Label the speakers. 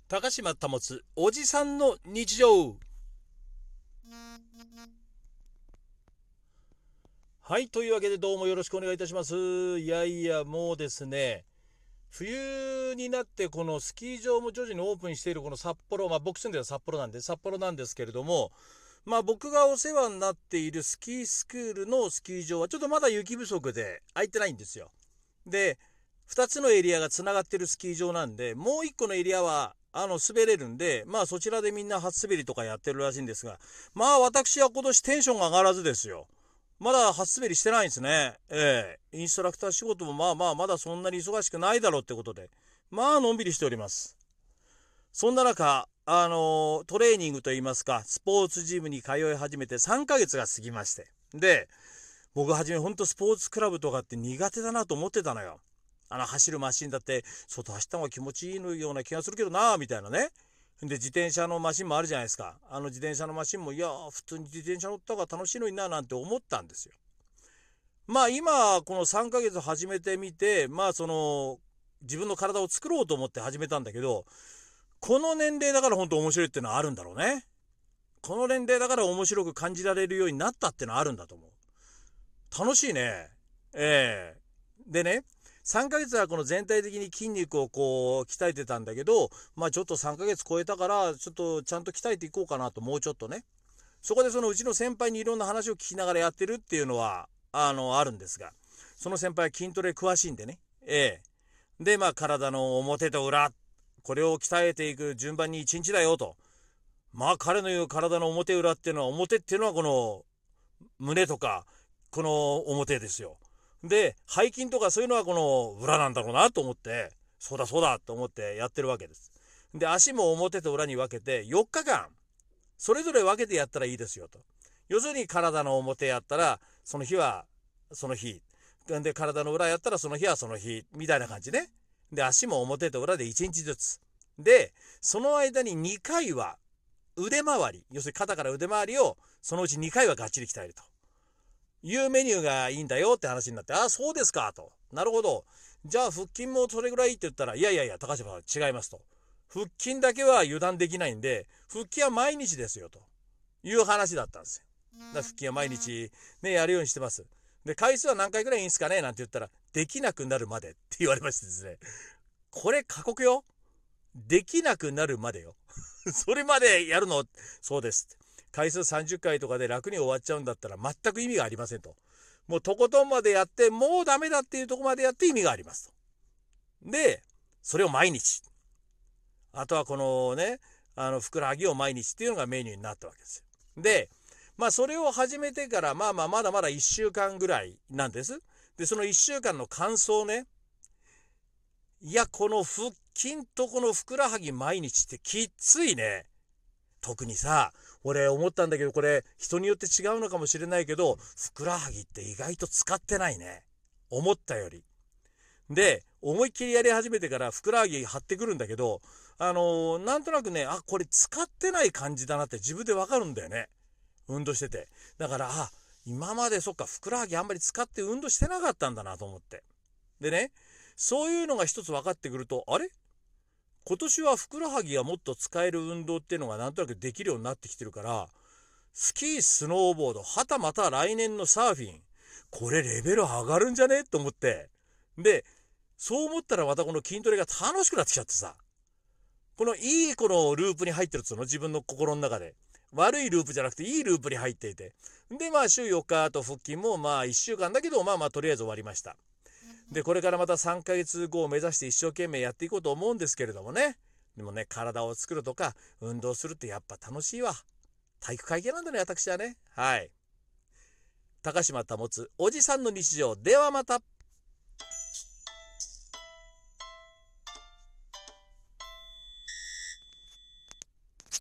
Speaker 1: 高島保おじさんの日常。はい、というわけでどうもよろしくお願いいたします。いやいや、もうですね、冬になってこのスキー場も徐々にオープンしているこの札幌、僕住んでる札幌なんで札幌なんですけれども、僕がお世話になっているスキースクールのスキー場はちょっとまだ雪不足で空いてないんですよ。で、2つのエリアがつながってるスキー場なんで、もう1個のエリアは滑れるんで、そちらでみんな初滑りとかやってるらしいんですが、私は今年テンションが上がらずですよ。まだ初滑りしてないんですね。インストラクター仕事もまだそんなに忙しくないだろうってことで、のんびりしております。そんな中、トレーニングといいますか、スポーツジムに通い始めて3ヶ月が過ぎまして。で、僕はじめほんとスポーツクラブとかって苦手だなと思ってたのよ。走るマシンだって外走った方が気持ちいいのような気がするけどなみたいなね。で自転車のマシンもあるじゃないですか。自転車のマシンも普通に自転車乗った方が楽しいのにななんて思ったんですよ。今この3ヶ月始めてみて自分の体を作ろうと思って始めたんだけど、この年齢だから本当面白いっていうのはあるんだろうね。この年齢だから面白く感じられるようになったっていうのはあるんだと思う。楽しいね。でね、3ヶ月はこの全体的に筋肉をこう鍛えてたんだけど、ちょっと3ヶ月超えたからちょっとちゃんと鍛えていこうかなと、もうちょっとね。そこでそのうちの先輩にいろんな話を聞きながらやってるっていうのはあるんですが、その先輩は筋トレ詳しいんでね。で体の表と裏、これを鍛えていく順番に1日だよと。彼の言う体の表裏っていうのは、表っていうのはこの胸とかこの表ですよ。で背筋とかそういうのはこの裏なんだろうなと思って、そうだそうだと思ってやってるわけです。で足も表と裏に分けて4日間それぞれ分けてやったらいいですよと。要するに体の表やったらその日はその日で、体の裏やったらその日はその日みたいな感じね。で足も表と裏で1日ずつで、その間に2回は腕回り、要するに肩から腕回りをそのうち2回はがっちり鍛えるというメニューがいいんだよって話になって、ああそうですかと。なるほど。じゃあ腹筋もそれぐらいって言ったら、いやいやいや高島さん違いますと。腹筋だけは油断できないんで、腹筋は毎日ですよという話だったんですよ。腹筋は毎日ねやるようにしてます。で回数は何回ぐらいいいんですかねなんて言ったら、できなくなるまでって言われましてですね。これ過酷よ。できなくなるまでよ。それまでやるの？そうです。回数30回とかで楽に終わっちゃうんだったら全く意味がありませんと。もうとことんまでやってもうダメだっていうとこまでやって意味がありますと。でそれを毎日、あとはこのねふくらはぎを毎日っていうのがメニューになったわけですよ。でそれを始めてからまだまだ1週間ぐらいなんです。でその1週間の感想ね、いやこの腹筋とこのふくらはぎ毎日ってきついね。特にさ、俺思ったんだけど、これ人によって違うのかもしれないけど、ふくらはぎって意外と使ってないね。思ったより。で思いっきりやり始めてからふくらはぎ張ってくるんだけど、なんとなくね、これ使ってない感じだなって自分でわかるんだよね、運動してて。だから今までそっかふくらはぎあんまり使って運動してなかったんだなと思って。でね、そういうのが一つ分かってくると、あれ今年はふくらはぎがもっと使える運動っていうのがなんとなくできるようになってきてるから、スキー、スノーボード、はたまた来年のサーフィン、これレベル上がるんじゃねと思って。でそう思ったらまたこの筋トレが楽しくなってきちゃってさ、このいいこのループに入ってるっつうの、自分の心の中で。悪いループじゃなくていいループに入っていて、で週4日と腹筋も1週間だけどとりあえず終わりました。でこれからまた3ヶ月後を目指して一生懸命やっていこうと思うんですけれどもね。でもね、体を作るとか運動するってやっぱ楽しいわ。体育会系なんだね、私はね。はい。高島保おじさんの日常ではまた。